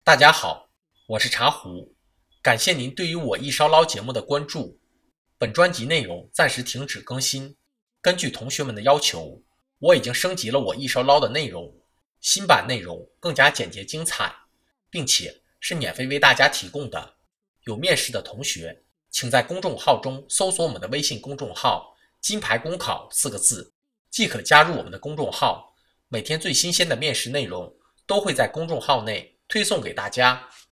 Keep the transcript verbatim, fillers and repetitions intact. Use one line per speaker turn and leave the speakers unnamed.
大家好，我是茶壶，感谢您对于我一烧捞节目的关注。本专辑内容暂时停止更新，根据同学们的要求，我已经升级了我一烧捞的内容，新版内容更加简洁精彩，并且是免费为大家提供的。有面试的同学，请在公众号中搜索我们的微信公众号“金牌公考”四个字，即可加入我们的公众号。每天最新鲜的面试内容都会在公众号内推送给大家。